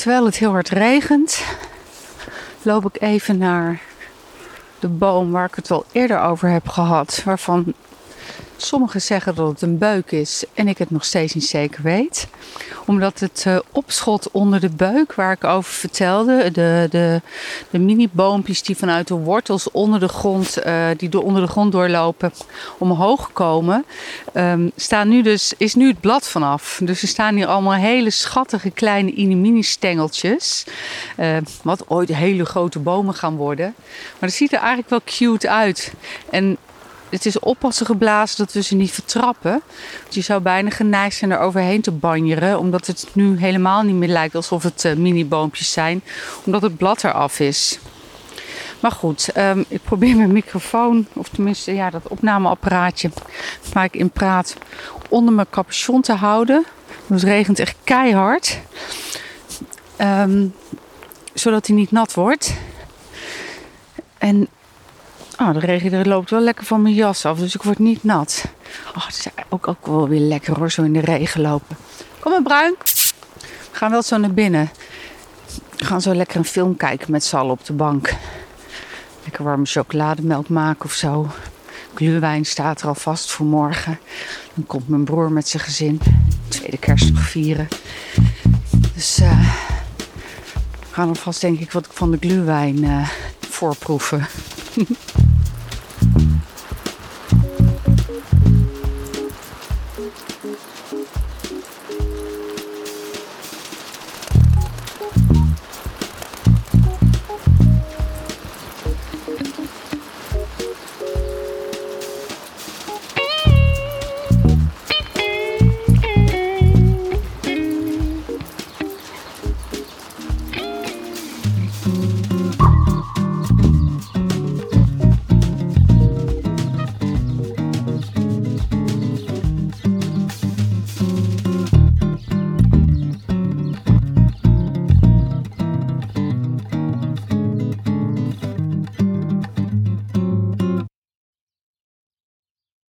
terwijl het heel hard regent, loop ik even naar de boom waar ik het al eerder over heb gehad. Waarvan sommigen zeggen dat het een beuk is en ik het nog steeds niet zeker weet. Omdat het opschot onder de beuk waar ik over vertelde, de mini-boompjes die vanuit de wortels onder de grond, onder de grond doorlopen, omhoog komen, is nu het blad vanaf. Dus er staan hier allemaal hele schattige kleine mini-stengeltjes, wat ooit hele grote bomen gaan worden. Maar het ziet er eigenlijk wel cute uit. En het is oppassen geblazen dat we ze niet vertrappen. Want je zou bijna geneigd zijn er overheen te banjeren. Omdat het nu helemaal niet meer lijkt alsof het mini-boompjes zijn. Omdat het blad eraf is. Maar goed, ik probeer mijn microfoon, of tenminste dat opnameapparaatje waar ik in praat, onder mijn capuchon te houden. Het regent echt keihard. Zodat hij niet nat wordt. En de regen loopt wel lekker van mijn jas af, dus ik word niet nat. Het is ook wel weer lekker hoor, zo in de regen lopen. Kom maar Bruin. We gaan wel zo naar binnen. We gaan zo lekker een film kijken met z'n allen op de bank. Lekker warme chocolademelk maken of zo. Glühwein staat er al vast voor morgen. Dan komt mijn broer met zijn gezin. Tweede kerstdag vieren. Dus we gaan alvast denk ik wat van de glühwein voorproeven.